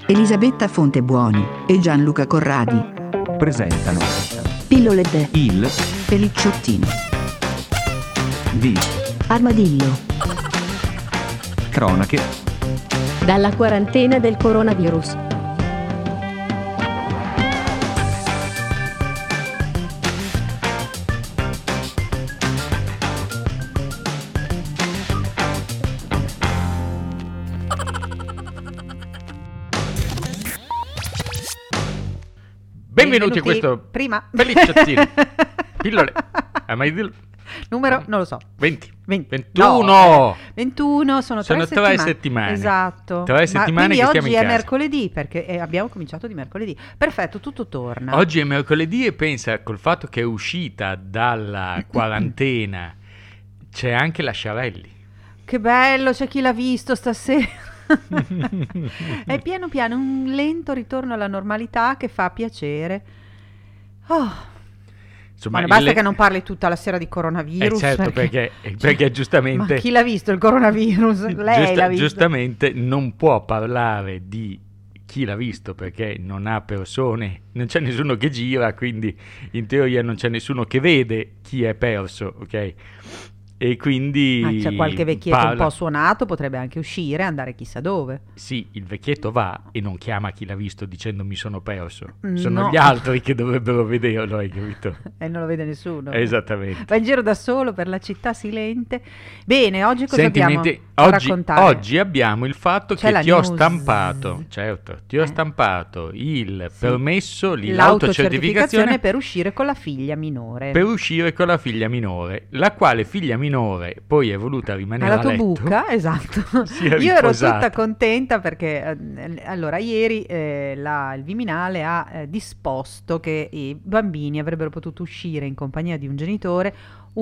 Elisabetta Fontebuoni e Gianluca Corradi presentano Pillole de il Pelicciottino di Armadillo cronache dalla quarantena del coronavirus. Benvenuti a questo prima Pelicciottino. Pillole. Numero, non lo so. 20. 20. 21. No, 21 sono tre settimane. Esatto. 3 settimane che stiamo in oggi è casa. mercoledì perché abbiamo cominciato di mercoledì. Perfetto, tutto torna. Oggi è mercoledì e pensa, col fatto che è uscita dalla quarantena, c'è anche la Sciarelli. Che bello, c'è chi l'ha visto stasera. È piano piano un lento ritorno alla normalità che fa piacere. Insomma, Ma basta che non parli tutta la sera di coronavirus. certo, perché giustamente... Ma chi l'ha visto il coronavirus? Lei l'ha visto. Giustamente non può parlare di chi l'ha visto perché non ha persone, non c'è nessuno che gira, quindi in teoria non c'è nessuno che vede chi è perso, ok? E quindi c'è qualche vecchietto un po' suonato, potrebbe anche uscire e andare chissà dove. Sì, il vecchietto va e non chiama chi l'ha visto dicendo mi sono perso. Sono No. gli altri che dovrebbero vederlo, hai capito? E non lo vede nessuno. Esattamente. Va in giro da solo per la città silente. Bene, oggi cosa Senti, abbiamo mentre da raccontare? oggi abbiamo il fatto C'è che la ti ho news. stampato, certo, ti ho stampato il Sì. permesso, L'autocertificazione l'autocertificazione per uscire con la figlia minore. per uscire con la figlia minore, la quale figlia minore poi è voluta rimanere Alla a tua letto. buca, esatto. Si è Io ero riposata. tutta contenta perché allora ieri il Viminale ha disposto che i bambini avrebbero potuto uscire in compagnia di un genitore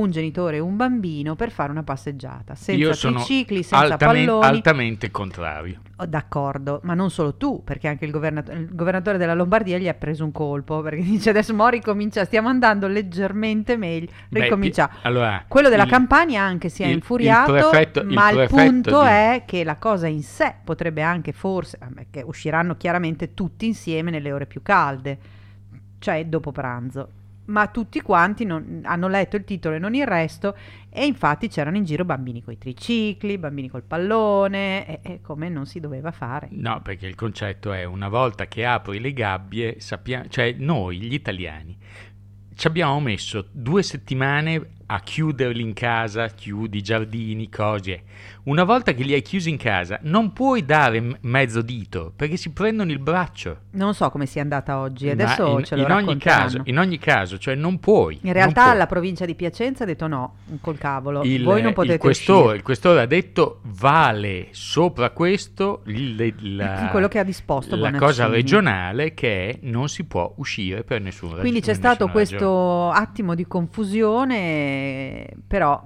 e un bambino per fare una passeggiata senza Io sono tricicli, senza palloni. altamente contrario. D'accordo, ma non solo tu, perché anche il governatore della Lombardia gli ha preso un colpo perché dice adesso mo ricomincia, stiamo andando leggermente meglio, Beh, ricomincia. allora, Quello della Campania anche si è infuriato, ma il punto è che la cosa in sé potrebbe anche forse, che usciranno chiaramente tutti insieme nelle ore più calde, cioè dopo pranzo. Ma tutti quanti hanno letto il titolo e non il resto, e infatti c'erano in giro bambini coi tricicli, bambini col pallone, e come non si doveva fare. No, perché il concetto è una volta che apri le gabbie, cioè noi gli italiani ci abbiamo messo 2 settimane a chiuderli in casa, chiudi i giardini, cose. Una volta che li hai chiusi in casa non puoi dare mezzo dito perché si prendono il braccio. Non so come sia andata oggi, Ma adesso ce lo racconteranno. in ogni caso, cioè non puoi. In realtà non puoi. la provincia di Piacenza ha detto no, col cavolo, Il voi non potete il questore ha detto vale sopra questo quello che ha disposto la Bonaccini. cosa regionale che è non si può uscire per nessun ragione. Quindi c'è stato questo attimo di confusione, però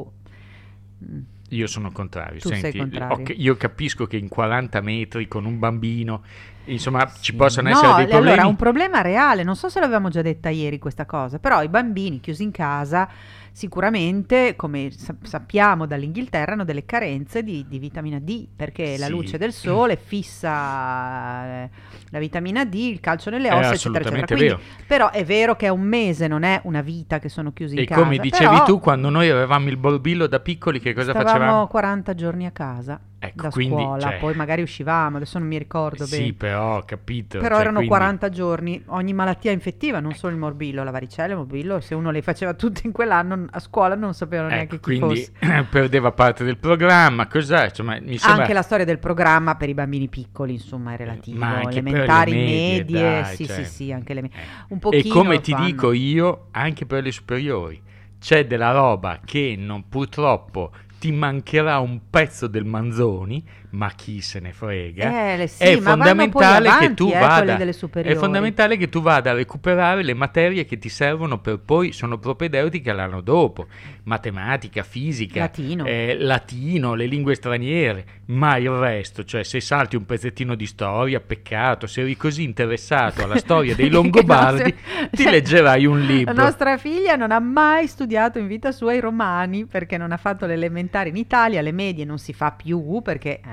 Io sono contrario. Tu sei contrario. Io capisco che in 40 metri con un bambino, insomma, ci possono essere dei problemi. Allora, un problema reale, non so se l'avevamo già detta ieri questa cosa, però i bambini chiusi in casa sicuramente, come sappiamo dall'Inghilterra, hanno delle carenze di vitamina D, perché la Sì. luce del sole fissa la vitamina D, il calcio nelle ossa, eccetera, eccetera. assolutamente Quindi, vero. però è vero che è un mese, non è una vita che sono chiusi in E casa. come dicevi però tu, quando noi avevamo il morbillo da piccoli, che cosa stavamo facevamo? 40 giorni a casa Ecco, da quindi, scuola, cioè, poi magari uscivamo, adesso non mi ricordo bene. Sì, però ho capito. Però cioè, erano quindi- 40 giorni, ogni malattia infettiva, non solo il morbillo, la varicella, il morbillo, se uno le faceva tutte in quell'anno a scuola non sapevano neanche Ecco, chi quindi fosse. perdeva parte del programma, cos'è? Insomma, mi sembra... Anche la storia del programma per i bambini piccoli, insomma, è relativo, Ma anche per elementari, le medie, medie, dai, sì, cioè. sì, anche le medie. Un E pochino come lo ti fanno. dico io, anche per le superiori, c'è della roba che purtroppo ti mancherà un pezzo del Manzoni, ma chi se ne frega. Sì, è ma vanno poi fondamentale che avanti, tu quelle vada delle superiori. è fondamentale che tu vada a recuperare le materie che ti servono per poi sono propedeutiche l'anno dopo, matematica, fisica, latino, le lingue straniere, ma il resto, cioè se salti un pezzettino di storia, peccato, se eri così interessato alla storia dei Longobardi, ti leggerai un libro. La nostra figlia non ha mai studiato in vita sua i romani perché non ha fatto le elementari in Italia, le medie non si fa più perché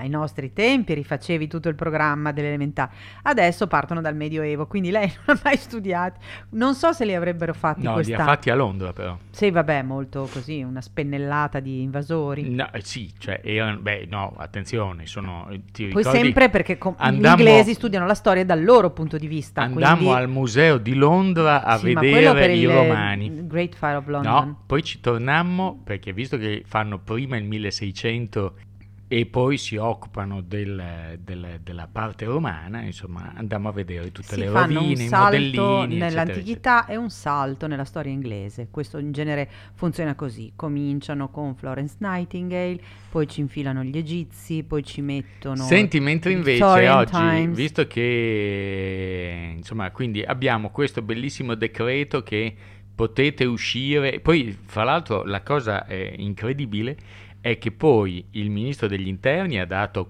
ai nostri tempi rifacevi tutto il programma dell'elementare, adesso partono dal Medioevo, quindi lei non ha mai studiati, non so se li avrebbero fatti no, quest'anno. li ha fatti a Londra però. Sì, vabbè, molto così, una spennellata di invasori. No, sì, cioè erano, no, attenzione, ti poi ricordi, sempre perché gli inglesi studiano la storia dal loro punto di vista. Andammo al museo di Londra a vedere i romani. Great Fire of London. No, poi ci tornammo perché visto che fanno prima il 1600 e poi si occupano della parte romana, insomma andammo a vedere tutte le rovine, i modellini nell'antichità eccetera. E un salto nella storia inglese. Questo in genere funziona così: cominciano con Florence Nightingale, poi ci infilano gli egizi, poi ci mettono. Senti, mentre invece oggi, visto che insomma, quindi abbiamo questo bellissimo decreto che potete uscire, poi fra l'altro la cosa incredibile è che poi il ministro degli interni ha dato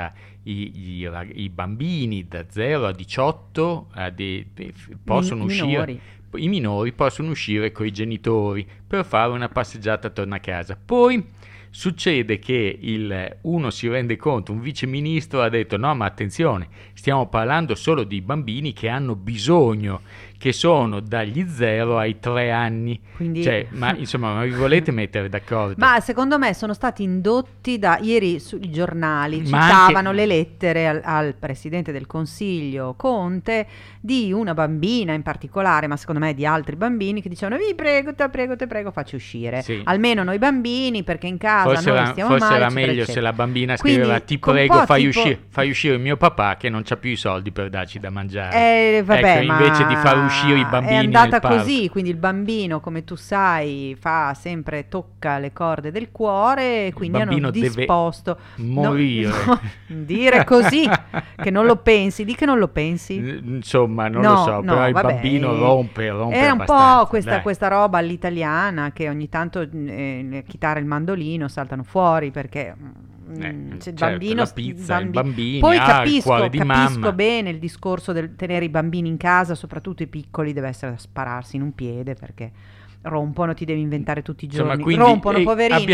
i bambini da 0 a 18 possono uscire, i minori possono uscire con i genitori per fare una passeggiata attorno a casa. Poi succede che uno si rende conto, un viceministro ha detto no, ma attenzione, stiamo parlando solo di bambini che hanno bisogno, che sono dagli 0 ai 3 anni. Quindi, ma vi volete mettere d'accordo? Ma secondo me sono stati indotti ieri sui giornali, citavano le lettere al Presidente del Consiglio Conte di una bambina in particolare, ma secondo me di altri bambini, che dicevano vi prego, te prego, facci uscire. Sì. Almeno noi bambini, perché in casa noi stiamo male. Forse era meglio se la bambina scriveva ti prego fai uscire mio papà che non c'ha più i soldi per darci da mangiare. Vabbè, invece di far uscire i bambini è andata nel parco. Così, quindi il bambino, come tu sai, tocca le corde del cuore, quindi hanno disposto morire. Dire così che non lo pensi, di che non lo pensi? Insomma, non lo so, però il bambino rompe era un po' questa roba all'italiana che ogni tanto chitarra e il mandolino saltano fuori perché bambino, la pizza, i bambini, poi il cuore di mamma. Capisco bene il discorso del tenere i bambini in casa, soprattutto i piccoli, deve essere da spararsi in un piede perché rompono, ti devi inventare tutti i giorni. Quindi, rompono, poverini.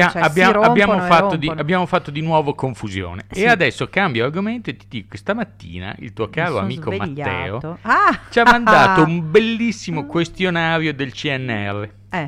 Abbiamo fatto di nuovo confusione. Sì. E adesso cambio argomento e ti dico che stamattina il tuo caro amico Matteo ci ha mandato un bellissimo questionario del CNR.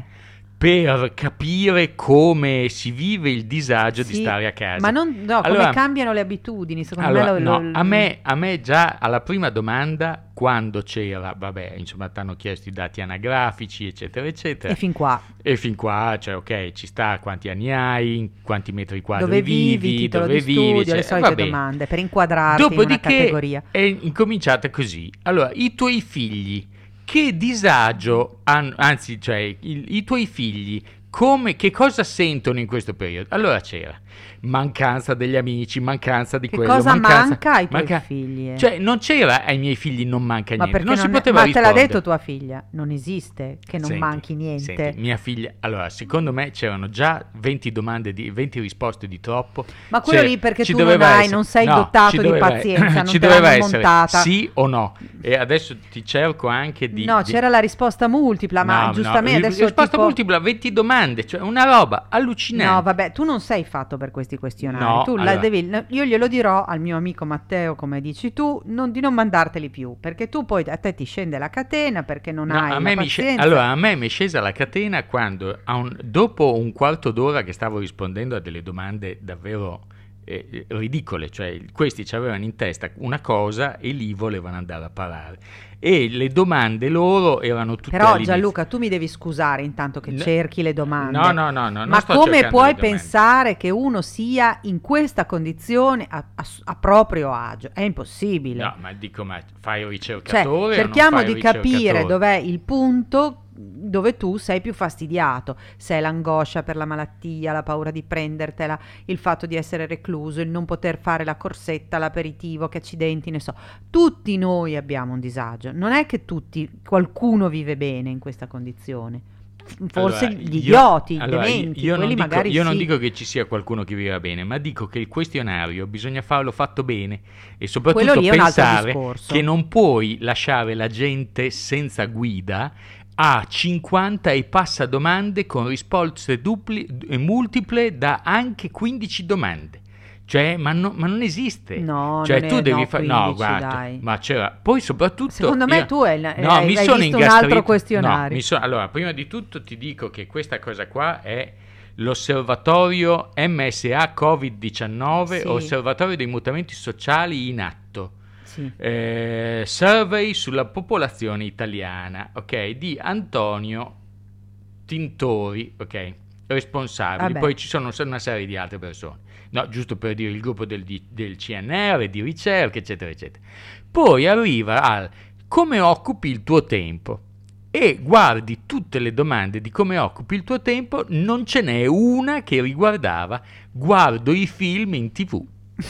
Per capire come si vive il disagio di stare a casa. Ma come cambiano le abitudini, secondo me. A me già alla prima domanda, quando c'era, t'hanno chiesto i dati anagrafici, eccetera, eccetera. E fin qua, cioè ok, ci sta, quanti anni hai, quanti metri quadri dove vivi, titolo di studio, le solite domande, per inquadrarti in una categoria. È incominciata così. Allora, i tuoi figli, che disagio hanno, anzi, cioè i tuoi figli, che cosa sentono in questo periodo? Allora c'era mancanza degli amici, mancanza di quello. Cosa manca ai tuoi figli? Cioè non c'era ai miei figli non manca niente. Non si poteva ma rispondere. Te l'ha detto tua figlia? Non esiste che non manchi niente. Senti, mia figlia, allora secondo me c'erano già 20 risposte di troppo. Ma quello lì perché tu non sei dotato di pazienza, non ci te doveva l'hanno essere montata. Sì o no? E adesso ti cerco anche di... No, c'era la risposta multipla, ma giustamente adesso risposta multipla, 20 domande, cioè una roba allucinante. No, vabbè, tu non sei fatto per questi questionari. No, io glielo dirò al mio amico Matteo, come dici tu, di non mandarteli più, perché tu poi a te ti scende la catena perché non hai la pazienza. Allora, a me mi è scesa la catena quando dopo un quarto d'ora che stavo rispondendo a delle domande davvero ridicole, cioè questi ci avevano in testa una cosa e lì volevano andare a parare e le domande loro erano tutte però Gianluca tu mi devi scusare intanto che cerchi le domande. No, ma come puoi pensare che uno sia in questa condizione a proprio agio? È impossibile. No, ma dico, ma fai il ricercatore, cerchiamo o non fai di capire dov'è il punto dove tu sei più fastidiato, se è l'angoscia per la malattia, la paura di prendertela, il fatto di essere recluso, il non poter fare la corsetta, l'aperitivo, che accidenti ne so. Tutti noi abbiamo un disagio, non è che qualcuno vive bene in questa condizione. Forse gli idioti, i dementi, quelli magari sì. Io non dico che ci sia qualcuno che viva bene, ma dico che il questionario bisogna farlo fatto bene e soprattutto pensare che non puoi lasciare la gente senza guida a 50 e passa domande con risposte multiple da anche 15 domande. Cioè, ma non esiste. No, cioè, non tu è, devi no, fare. 15, No, guarda, dai. ma c'era. Poi, soprattutto. Secondo me tu hai mi sono visto un altro questionario. No, allora, prima di tutto ti dico che questa cosa qua è l'osservatorio MSA Covid-19, Sì. osservatorio dei mutamenti sociali in atto. Sì. Survey sulla popolazione italiana, ok, di Antonio Tintori, ok, responsabili. Vabbè. Poi ci sono una serie di altre persone, no, giusto per dire il gruppo del CNR, di ricerca, eccetera, eccetera. Poi arriva al come occupi il tuo tempo e guardi tutte le domande di come occupi il tuo tempo, non ce n'è una che riguardava guardo i film in TV.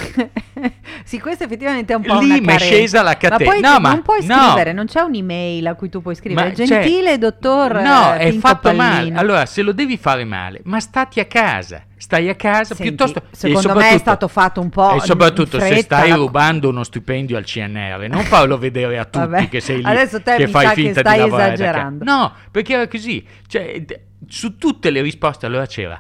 Sì, questo effettivamente è un po' lì una mi è carenza. scesa la catena. Ma poi No, ma non puoi no. scrivere, non c'è un'email a cui tu puoi scrivere. Ma Gentile dottor no, è Pinto fatto Pallino. male. Allora, se lo devi fare male, ma stai a casa Senti, piuttosto. secondo me è stato fatto un po' E soprattutto in se fretta, stai rubando uno stipendio al CNR, non farlo vedere a tutti. Vabbè, che sei lì, adesso te che mi fai sa che finta stai di lavorare da esagerando. casa. No, perché era così. Cioè, su tutte le risposte allora c'era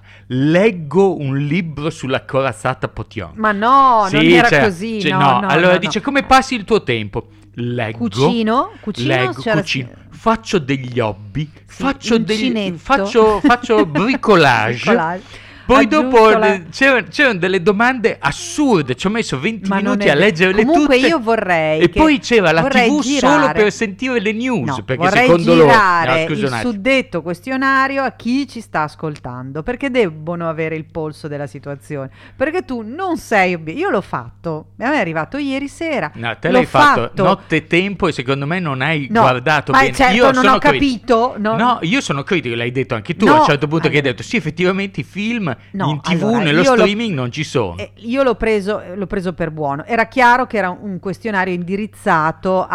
leggo un libro sulla corazzata Potion. Ma no, Sì, non era c'era, così. cioè, no, allora no, dice no. come passi il tuo tempo? Leggo, Cucino, leggo, c'era- cucino, faccio degli hobby, Sì, uncinetto. faccio bricolage. Bricolage. Poi Aggiusto dopo la- c'erano delle domande assurde, ci ho messo 20 Ma non minuti è a vero. leggerle Comunque tutte. io vorrei E che- poi c'era la vorrei TV girare- solo per sentire le news, No, perché vorrei secondo loro... girare No, scusa il un attimo. suddetto questionario a chi ci sta ascoltando, perché debbono avere il polso della situazione, perché tu non sei io l'ho fatto, a me è arrivato ieri sera, No, te l'ho l'hai fatto notte tempo e secondo me non hai No, guardato ma bene. certo Io non sono ho capito, no. No, io sono critico, l'hai detto anche tu No, a un certo punto, che hai allora- detto sì, effettivamente i film No, in TV, allora, nello io lo- streaming non ci sono. Io l'ho preso per buono. Era chiaro che era un questionario indirizzato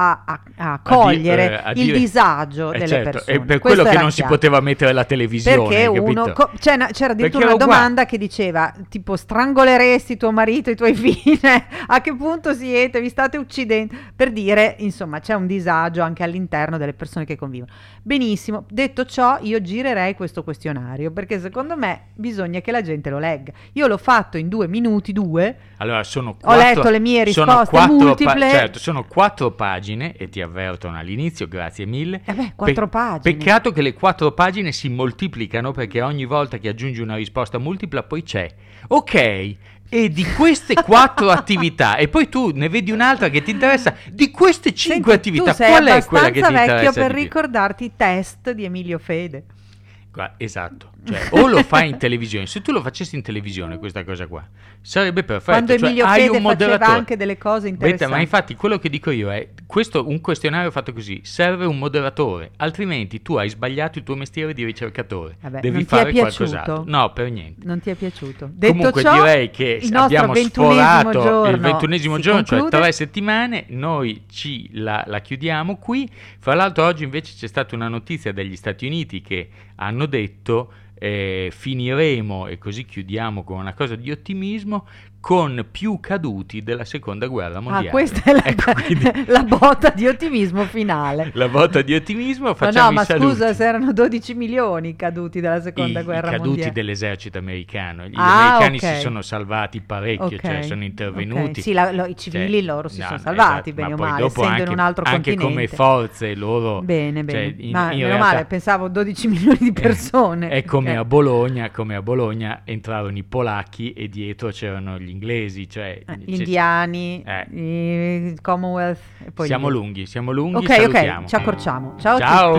a cogliere a il dire- disagio delle certo, persone. e per Questo quello che era non si chiaro. poteva mettere la televisione, Perché hai uno capito? c'era Perché addirittura era una uguale. domanda che diceva tipo strangoleresti tuo marito e i tuoi figli, a che punto siete, vi state uccidendo, per dire insomma c'è un disagio anche all'interno delle persone che convivono. Benissimo, detto ciò io girerei questo questionario perché secondo me bisogna che la gente lo legga. Io l'ho fatto in 2 minuti. Allora, sono Ho letto le mie risposte multiple. certo, sono 4 pagine e ti avvertono all'inizio, grazie mille. 4 pagine. Peccato che le 4 pagine si moltiplicano perché ogni volta che aggiungi una risposta multipla poi c'è. Ok, e di queste 4 attività, e poi tu ne vedi un'altra che ti interessa, di queste 5 attività, tu sei qual è quella che ti abbastanza vecchio interessa per di più? ricordarti i test di Emilio Fede. Esatto, cioè, o lo fai in televisione. Se tu lo facessi in televisione questa cosa qua sarebbe perfetto. Quando cioè, Emilio hai Fede un moderatore. faceva anche delle cose interessanti. Ma infatti quello che dico io è questo, un questionario fatto così serve un moderatore, altrimenti tu hai sbagliato il tuo mestiere di ricercatore. Vabbè, devi non ti è fare piaciuto? qualcos'altro. No, per niente. Non ti è piaciuto? Detto Comunque ciò, direi che il nostro abbiamo 21esimo sforato giorno il 21esimo si giorno, cioè conclude. 3 settimane. Noi la chiudiamo qui. Fra l'altro oggi invece c'è stata una notizia dagli Stati Uniti che hanno detto finiremo, e così chiudiamo con una cosa di ottimismo, con più caduti della seconda guerra mondiale. Questa è quindi, la botta di ottimismo finale. la botta di ottimismo. Ma Facciamo no, ma i saluti. scusa, se erano 12 milioni caduti dalla seconda guerra I caduti mondiale. dell'esercito americano. Gli americani ok. si sono salvati parecchio, Ok, cioè sono intervenuti. ok. Sì, i civili loro si sono salvati, bene o ma poi male, dopo essendo in un altro anche continente. come forze loro. Bene, cioè, bene. Ma in meno realtà, male, pensavo 12 milioni di persone. È come Ok. a Bologna entrarono i polacchi e dietro c'erano gli inglesi, cioè Gli indiani, il Commonwealth. E poi siamo lì. lunghi, Ok, salutiamo. ci accorciamo. Ciao a Ciao.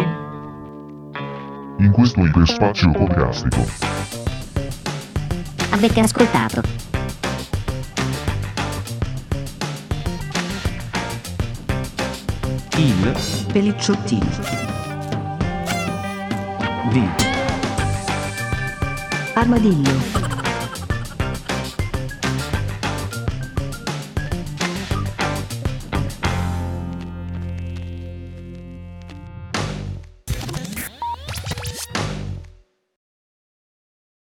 tutti. In questo iperspazio podcastico Avete ascoltato Il Pelicciottini. di Armadillo.